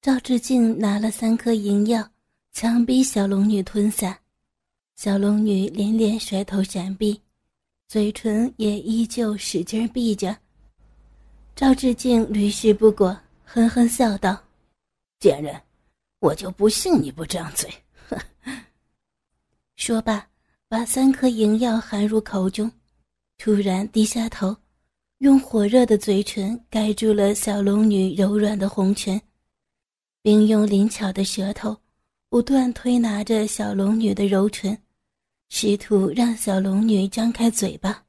赵志敬拿了3颗银药，强逼小龙女吞下。小龙女连连甩头闪避，嘴唇也依旧使劲闭着。赵志敬屡试不果，狠狠笑道： 贱人，我就不信你不张嘴。 说罢，把3颗银药含入口中，突然低下头，用火热的嘴唇盖住了小龙女柔软的红唇，并用灵巧的舌头不断推拿着小龙女的柔唇，试图让小龙女张开嘴巴。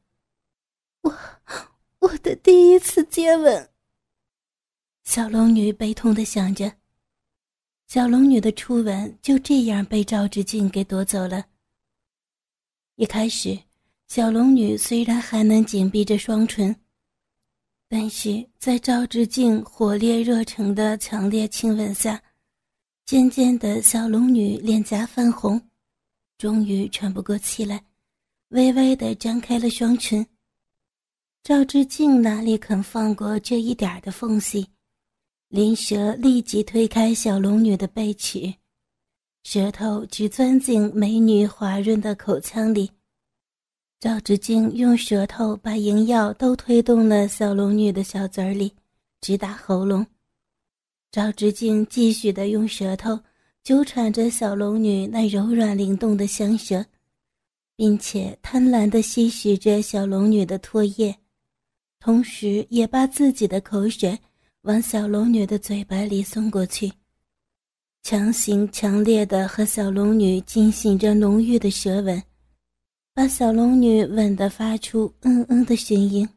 我的第一次接吻。小龙女悲痛地想着。小龙女的初吻就这样被赵志敬给夺走了。一开始，小龙女虽然还能紧闭着双唇，但是在赵志敬火烈热诚的强烈亲吻下，渐渐的小龙女脸颊泛红，终于喘不过气来，微微地张开了双唇。赵志敬哪里肯放过这一点的缝隙，灵舌立即推开小龙女的背齿，舌头直钻进美女滑润的口腔里。赵志敬用舌头把银药都推动了小龙女的小嘴里，直达喉咙。赵志敬继续地用舌头纠缠着小龙女那柔软灵动的香舌，并且贪婪地吸食着小龙女的唾液，同时也把自己的口水往小龙女的嘴巴里送过去，强行强烈地和小龙女进行着浓郁的舌吻，把小龙女吻得发出的声音。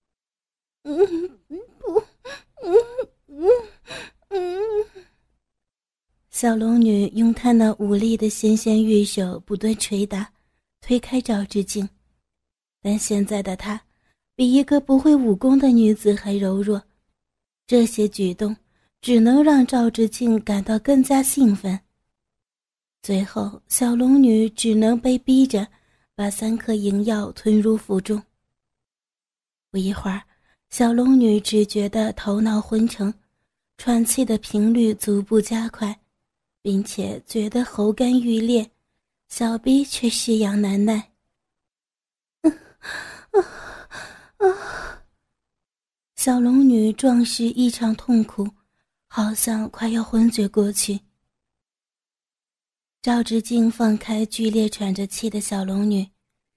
小龙女用她那无力的纤纤玉手不断捶打，推开赵志敬，但现在的她比一个不会武功的女子还柔弱，这些举动只能让赵志敬感到更加兴奋。最后，小龙女只能被逼着把3颗银药吞入腹中。不一会儿，小龙女只觉得头脑昏沉，喘气的频率逐步加快，并且觉得喉干欲裂，小逼却失痒难耐。小龙女壮士异常痛苦，好像快要昏厥过去。赵志敬放开剧烈喘着气的小龙女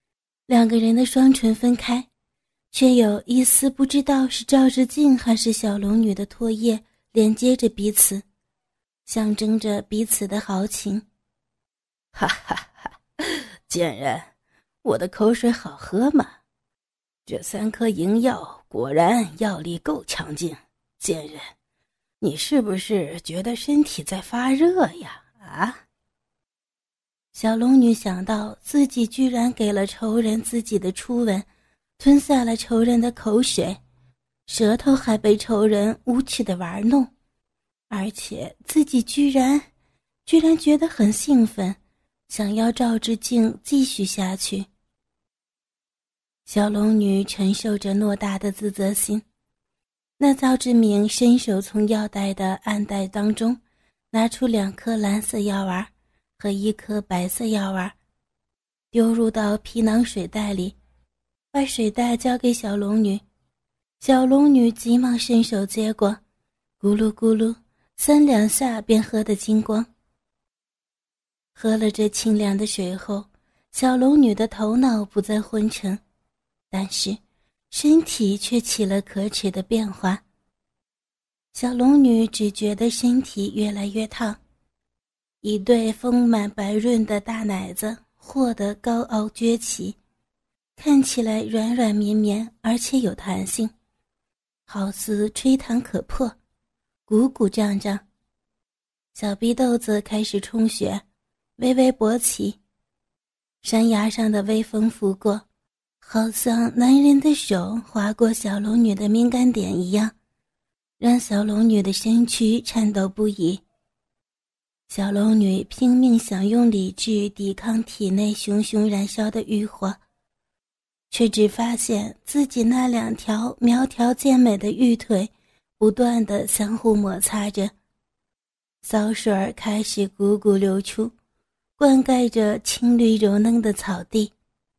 ，2个人的双唇分开，却有一丝不知道是赵志敬还是小龙女的唾液连接着彼此，象征着彼此的豪情。 哈哈哈，贱人，我的口水好喝吗？这3颗银药果然药力够强劲，贱人，你是不是觉得身体在发热呀？啊？ 小龙女想到自己居然给了仇人自己的初吻，吞下了仇人的口水，舌头还被仇人无耻地玩弄，而且自己居然觉得很兴奋，想要赵志敬继续下去。小龙女承受着偌大的自责心，那赵志明伸手从药袋的暗袋当中拿出2颗蓝色药丸和1颗白色药丸，丢入到皮囊水袋里，把水袋交给小龙女。小龙女急忙伸手接过，咕噜咕噜3两下便喝得精光。喝了这清凉的水后，小龙女的头脑不再昏沉，但是身体却起了可耻的变化。小龙女只觉得身体越来越烫，一对丰满白润的大奶子豁得高傲撅起，看起来软软绵绵，而且有弹性，好似吹弹可破，鼓鼓胀胀。小逼豆子开始充血，微微勃起，山崖上的微风拂过，好像男人的手划过小龙女的敏感点一样，让小龙女的身躯颤抖不已。小龙女拼命想用理智抵抗体内熊熊燃烧的欲火，却只发现自己那2条苗条健美的玉腿不断地相互摩擦着， 骚水儿开始汩汩流出，灌溉着青绿柔嫩的草地。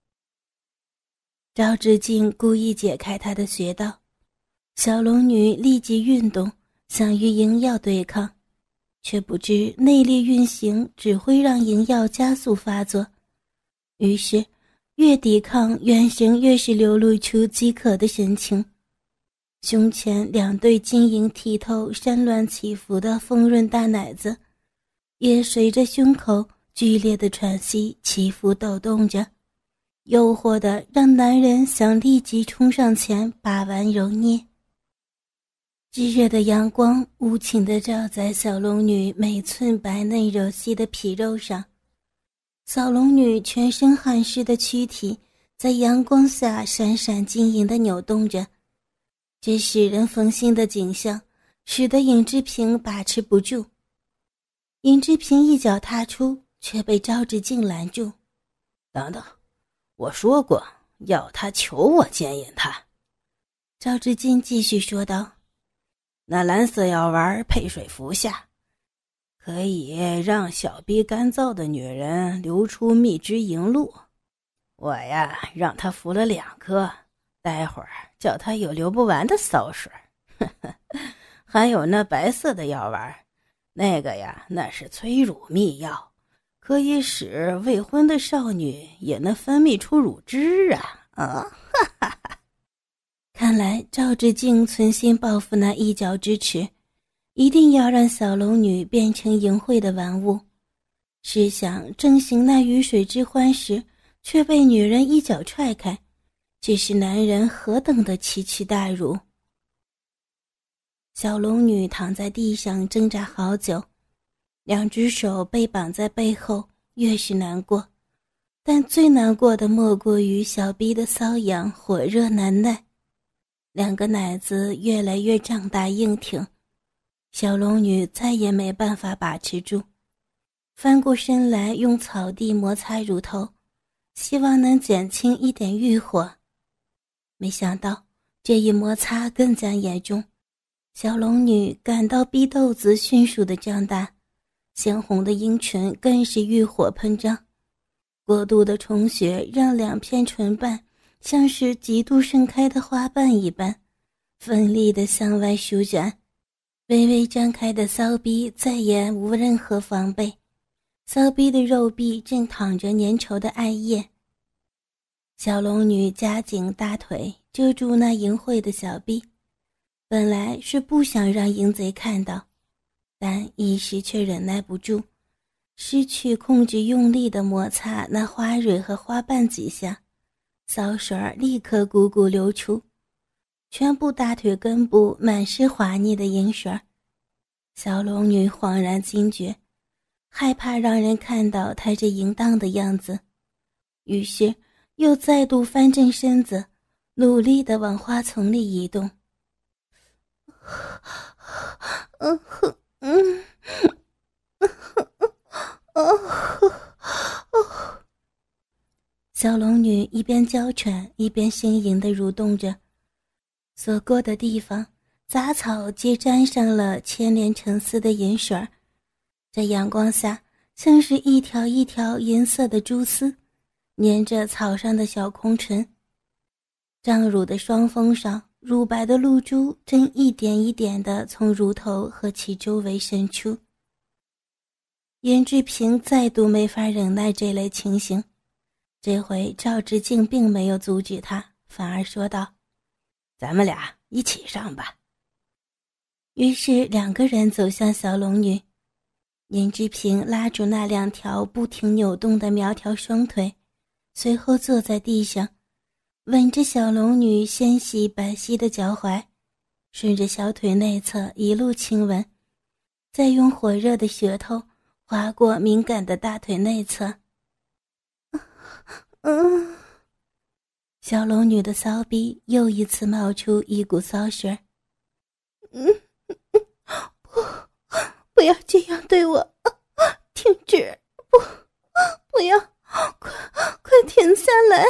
赵志敬故意解开她的穴道，小龙女立即运动，想与淫药对抗，却不知内力运行只会让淫药加速发作，于是越抵抗，原神越是流露出饥渴的神情。胸前2对晶莹剔透、山峦起伏的丰润大奶子，也随着胸口剧烈的喘息起伏抖动着，诱惑的让男人想立即冲上前把玩揉捏。炙热的阳光无情地照在小龙女每寸白嫩柔细的皮肉上，小龙女全身汗湿的躯体在阳光下闪闪晶莹地扭动着，这使人疯心的景象使得尹志平把持不住。尹志平一脚踏出，却被赵志敬拦住。 等等，我说过要他求我奸淫他。 赵志敬继续说道， 那蓝色药丸配水服下，可以让小逼干燥的女人流出蜜汁淫露。我呀，让他服了2颗，待会儿叫他有流不完的骚水。还有那白色的药丸，那个呀，那是催乳蜜药，可以使未婚的少女也能分泌出乳汁啊！ 看来赵志敬存心报复那一脚之耻，一定要让小龙女变成淫秽的玩物。试想正行那鱼水之欢时，却被女人一脚踹开，这是男人何等的奇耻大辱。小龙女躺在地上挣扎好久，2只手被绑在背后，越是难过，但最难过的莫过于小逼的瘙痒火热难耐，2个奶子越来越胀大硬挺，小龙女再也没办法把持住，翻过身来用草地摩擦乳头，希望能减轻一点欲火。没想到这一摩擦更加严重，小龙女感到逼豆子迅速的胀大，鲜红的阴唇更是欲火喷张，过度的充血让2片唇瓣像是极度盛开的花瓣一般，奋力地向外舒展，微微张开的骚逼再也无任何防备，骚逼的肉壁正淌着粘稠的艾叶。小龙女夹紧大腿遮住那淫秽的小逼，本来是不想让淫贼看到，但一时却忍耐不住，失去控制，用力地摩擦那花蕊和花瓣几下，骚水儿立刻汩汩流出，全部大腿根部满是滑腻的淫水。小龙女恍然惊觉，害怕让人看到她这淫荡的样子，于是又再度翻正身子，努力地往花丛里移动。小龙女一边娇喘一边呻吟地蠕动着，所过的地方杂草皆沾上了牵连成丝的银水，在阳光下像是一条一条银色的蛛丝粘着草上的小空唇，胀乳的双峰上乳白的露珠正一点一点地从乳头和其周围渗出。严志平再度没法忍耐这类情形，这回赵志敬并没有阻止他，反而说道， 咱们俩一起上吧。 于是2个人走向小龙女，严志平拉住那2条不停扭动的苗条双腿，随后坐在地上，吻着小龙女纤细白皙的脚踝，顺着小腿内侧一路亲吻，再用火热的舌头划过敏感的大腿内侧。小龙女的骚逼又一次冒出一股骚水。不要这样对我，停止，不要，快停下来。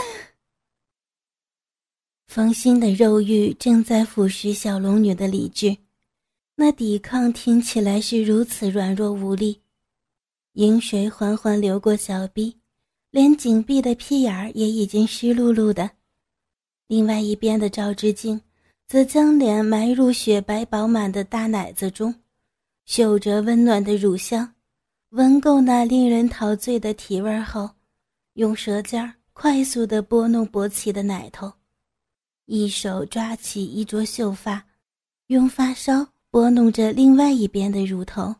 疯心的肉欲正在腐蚀小龙女的理智， 那抵抗听起来是如此软弱无力。饮水缓缓流过小臂，连紧闭的屁眼儿也已经湿漉漉的。另外一边的赵之敬则将脸埋入雪白饱满的大奶子中，嗅着温暖的乳香，闻够那令人陶醉的体味后，用舌尖快速地拨弄勃起的奶头，一手抓起一撮秀发，用发梢拨弄着另外一边的乳头。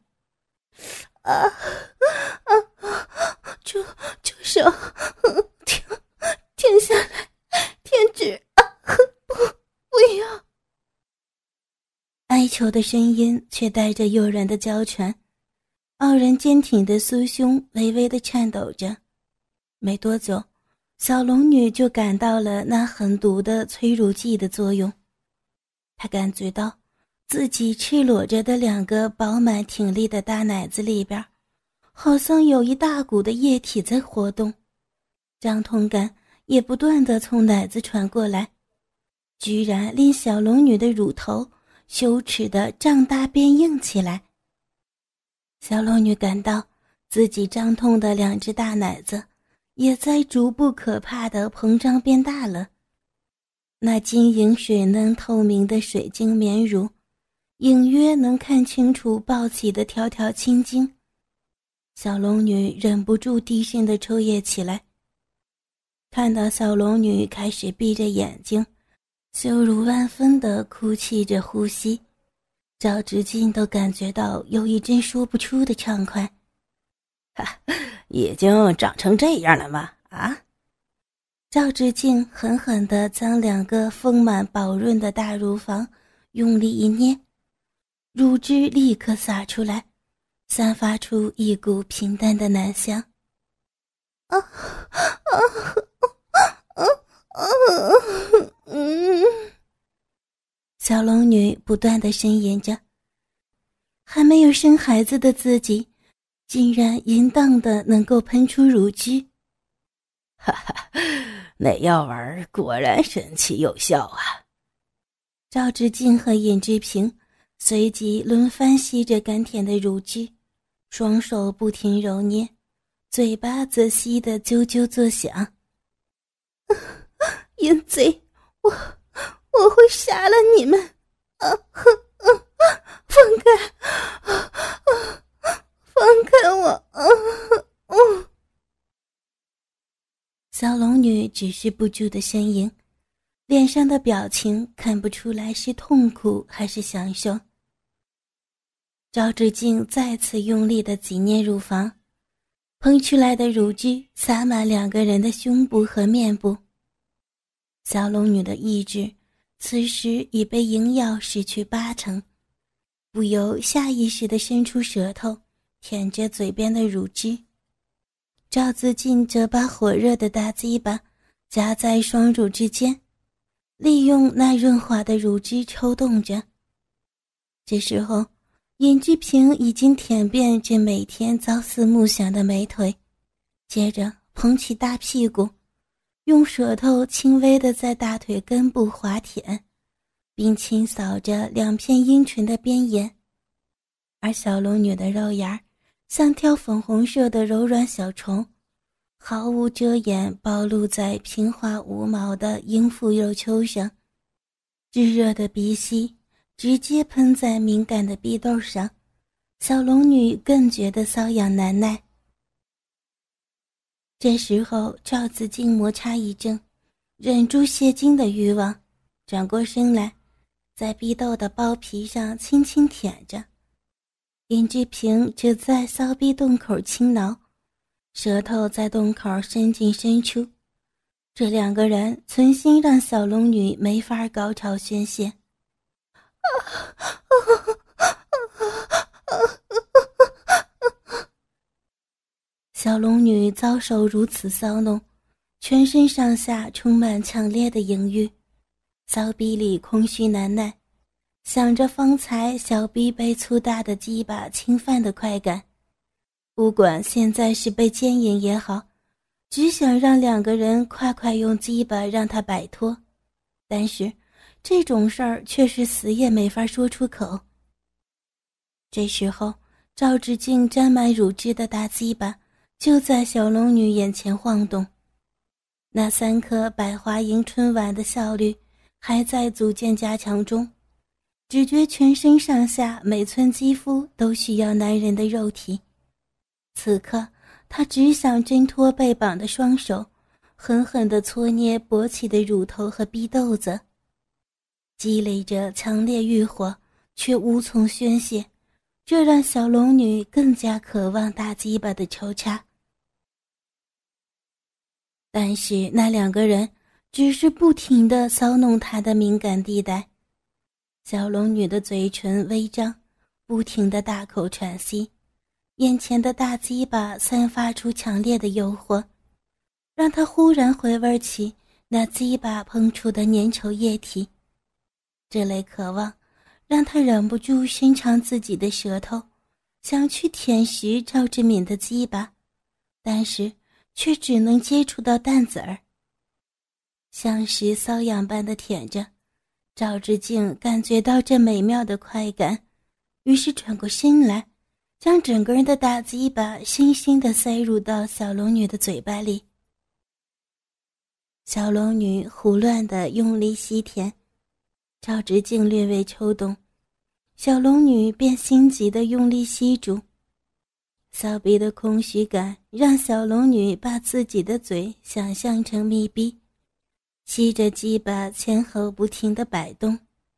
住手，停下来，停止，不要。哀求的声音却带着诱人的娇喘，傲人坚挺的酥胸微微地颤抖着。没多久，小龙女就感到了那狠毒的催乳剂的作用。她感觉到自己赤裸着的两个饱满挺立的大奶子里边，好像有一大股的液体在活动，胀痛感也不断地从奶子传过来，居然令小龙女的乳头羞耻地胀大变硬起来。小龙女感到自己胀痛的两只大奶子也在逐步可怕地膨胀变大了。那晶莹水嫩透明的水晶绵乳，隐约能看清楚抱起的条条青筋。小龙女忍不住低声地抽噎起来。看到小龙女开始闭着眼睛，羞辱万分地哭泣着呼吸，赵之敬都感觉到有一阵说不出的畅快。 已经长成这样了吗？啊！ 赵之敬狠狠地将两个丰满饱润的大乳房用力一捏，乳汁立刻洒出来，散发出一股平淡的奶香。小龙女不断地呻吟着，还没有生孩子的自己竟然淫荡的能够喷出乳汁。 那药丸果然神奇有效啊！ 赵之敬和尹志平随即轮番吸着甘甜的乳汁，双手不停揉捏，嘴巴则吸得啾啾作响。淫贼，我会杀了你们！放开！放开我！小龙女只是不住的呻吟，脸上的表情看不出来是痛苦还是享受。赵志敬再次用力地挤捏乳房，喷出来的乳汁洒满两个人的胸部和面部。小龙女的意志此时已被淫药失去80%，不由下意识地伸出舌头舔着嘴边的乳汁。赵子敬则把火热的大鸡巴夹在双乳之间，利用那润滑的乳汁抽动着。这时候尹志平已经舔遍这每天朝思暮想的美腿，接着捧起大屁股，用舌头轻微地在大腿根部滑舔，并清扫着两片阴唇的边沿。而小龙女的肉芽像条粉红色的柔软小虫，毫无遮掩暴露在平滑无毛的阴腹肉丘上，炙热的鼻息直接喷在敏感的逼窦上，小龙女更觉得瘙痒难耐。这时候赵子敬摩擦一怔，忍住泄精的欲望，转过身来，在逼窦的包皮上轻轻舔着。尹志平则在骚逼洞口轻挠，舌头在洞口伸进伸出，这两个人存心让小龙女没法高潮宣泄。小龙女遭受如此骚弄，全身上下充满强烈的淫欲，骚逼里空虚难耐，想着方才小逼被粗大的鸡巴侵犯的快感，不管现在是被奸淫也好，只想让两个人快快用鸡巴让他摆脱，但是这种事儿却是死也没法说出口。 这时候，赵志敬沾满乳汁的大鸡巴就在小龙女眼前晃动，那3颗百花迎春丸的效率还在逐渐加强中，只觉全身上下每寸肌肤都需要男人的肉体。此刻他只想挣脱被绑的双手，狠狠地搓捏勃起的乳头和逼豆子，积累着强烈欲火，却无从宣泄，这让小龙女更加渴望大鸡巴的抽插。但是那2个人只是不停地搔弄她的敏感地带，小龙女的嘴唇微张，不停地大口喘息，眼前的大鸡巴散发出强烈的诱惑，让她忽然回味起那鸡巴喷出的粘稠液体。这类渴望让她忍不住伸长自己的舌头，想去舔食赵志敏的鸡巴，但是却只能接触到蛋子儿。像是瘙痒般的舔着，赵志敬感觉到这美妙的快感，于是转过身来，将整个人的大鸡巴深深地塞入到小龙女的嘴巴里。小龙女胡乱地用力吸舔，赵志敬略微抽动，小龙女便心急地用力吸住。骚逼的空虚感让小龙女把自己的嘴想象成密闭，吸着鸡巴前后不停地摆动。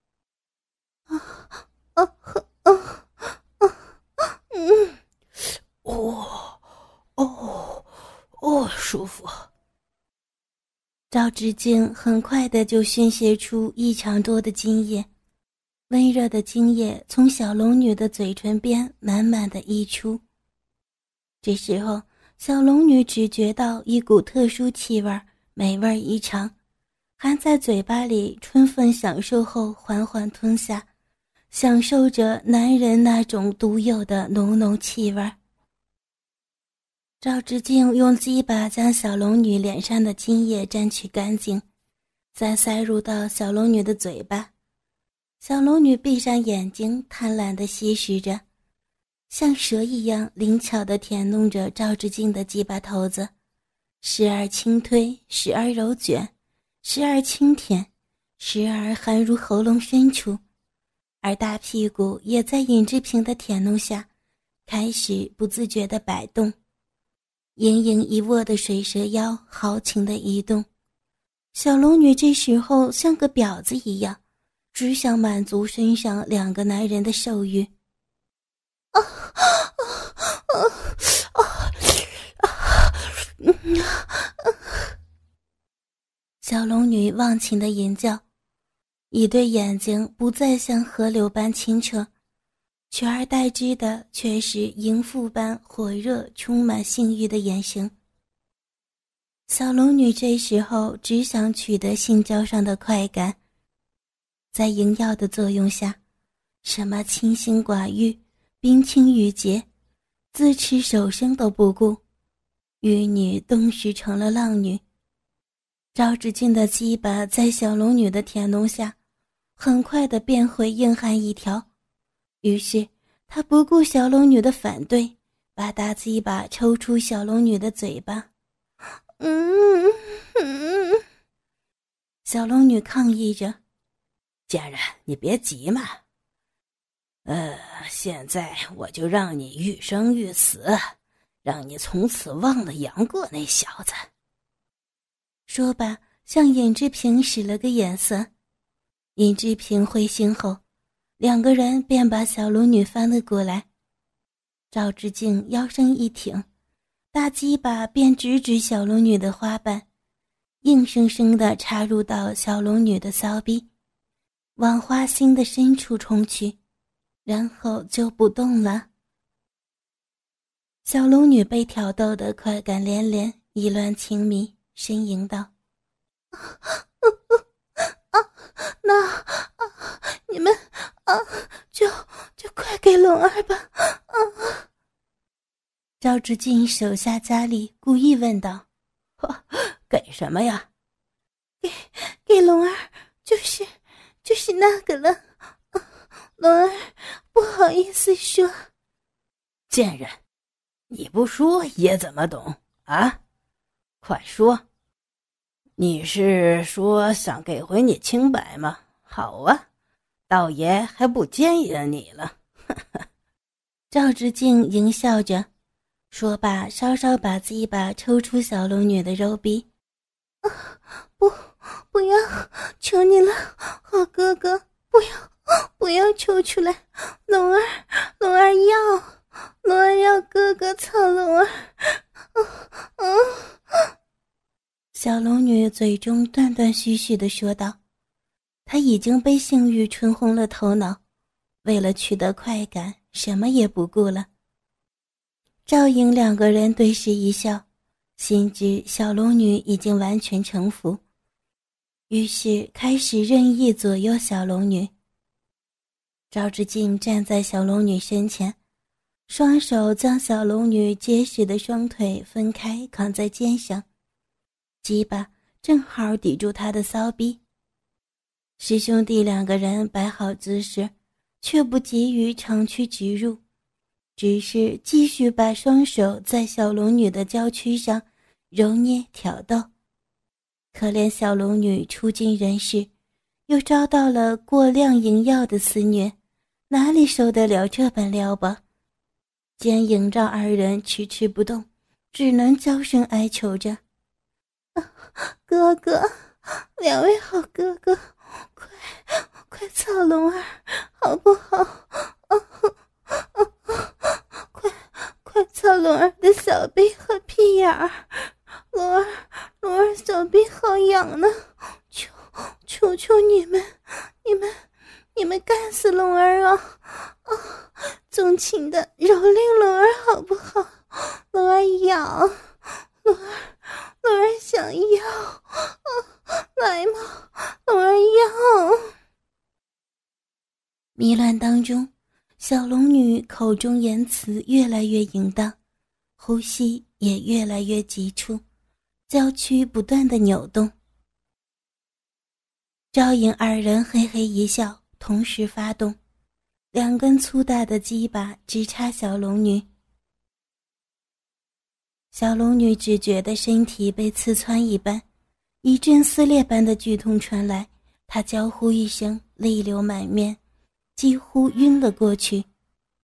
舒服。 赵志敬很快的就宣泄出异常多的精液，温热的精液从小龙女的嘴唇边满满的溢出。这时候，小龙女只觉到一股特殊气味，美味异常，含在嘴巴里充分享受后缓缓吞下，享受着男人那种独有的浓浓气味。赵志敬用鸡巴将小龙女脸上的精液沾取干净，再塞入到小龙女的嘴巴。小龙女闭上眼睛，贪婪地吸食着，像蛇一样灵巧地舔弄着赵志敬的鸡巴头子，时而轻推，时而揉卷，时而轻舔，时而含入喉咙深处，而大屁股也在尹志平的舔弄下开始不自觉地摆动，盈盈一握的水蛇腰豪情地移动。小龙女这时候像个婊子一样，只想满足身上2个男人的兽欲。小龙女忘情的吟叫，一对眼睛不再像河流般清澈，取而代之的却是淫妇般火热充满性欲的眼神。小龙女这时候只想取得性交上的快感，在淫药的作用下，什么清心寡欲、冰清玉洁，自持手生都不顾，玉女顿时成了浪女。赵志敬的鸡巴在小龙女的舔弄下很快地变回硬汉一条，于是他不顾小龙女的反对，把大鸡巴抽出小龙女的嘴巴。小龙女抗议着， 贱人，你别急嘛。现在我就让你欲生欲死，让你从此忘了杨过那小子。 说罢，向尹志平使了个眼色。尹志平会心后，2个人便把小龙女翻了过来。赵志敬腰身一挺，大鸡巴便直指小龙女的花瓣，硬生生地插入到小龙女的骚逼，往花心的深处冲去，然后就不动了。小龙女被挑逗得快感连连，意乱情迷，呻吟道：你们就快给龙儿吧。赵志敬手下加力，故意问道： 给什么呀？ 给龙儿，就是那个了。龙儿不好意思说。 贱人，你不说爷怎么懂啊？快说，你是说想给回你清白吗？好啊，道爷还不奸淫你了。 赵之敬淫笑着说罢，稍稍把鸡巴抽出小龙女的肉壁。不要，求你了，好哥哥，不要抽出来，龙儿要哥哥操龙儿。小龙女嘴中断断续续地说道，她已经被性欲冲昏了头脑，为了取得快感，什么也不顾了。赵颖两个人对视一笑，心知小龙女已经完全臣服，于是开始任意左右小龙女。赵之敬站在小龙女身前，双手将小龙女结实的双腿分开扛在肩上，鸡巴正好抵住她的骚逼。师兄弟两个人摆好姿势，却不急于长驱直入，只是继续把双手在小龙女的娇躯上揉捏挑逗。可怜小龙女初经人事，又遭到了过量淫药的肆虐，哪里受得了这般撩拨？见营赵二人迟迟不动，只能娇声哀求着：哥哥，两位好哥哥，快操龙儿好不好？快操龙儿的小臂和屁眼儿，龙儿小臂好痒呢，求你们干死龙儿啊！纵情的蹂躏龙儿好不好？龙儿痒，龙儿想要，来嘛，龙儿要。迷乱当中，小龙女口中言辞越来越淫荡，呼吸也越来越急促，娇躯不断地扭动。赵颖二人嘿嘿一笑，同时发动，两根粗大的鸡巴直插小龙女。小龙女只觉得身体被刺穿一般，一阵撕裂般的剧痛传来，她娇呼一声，泪流满面，几乎晕了过去。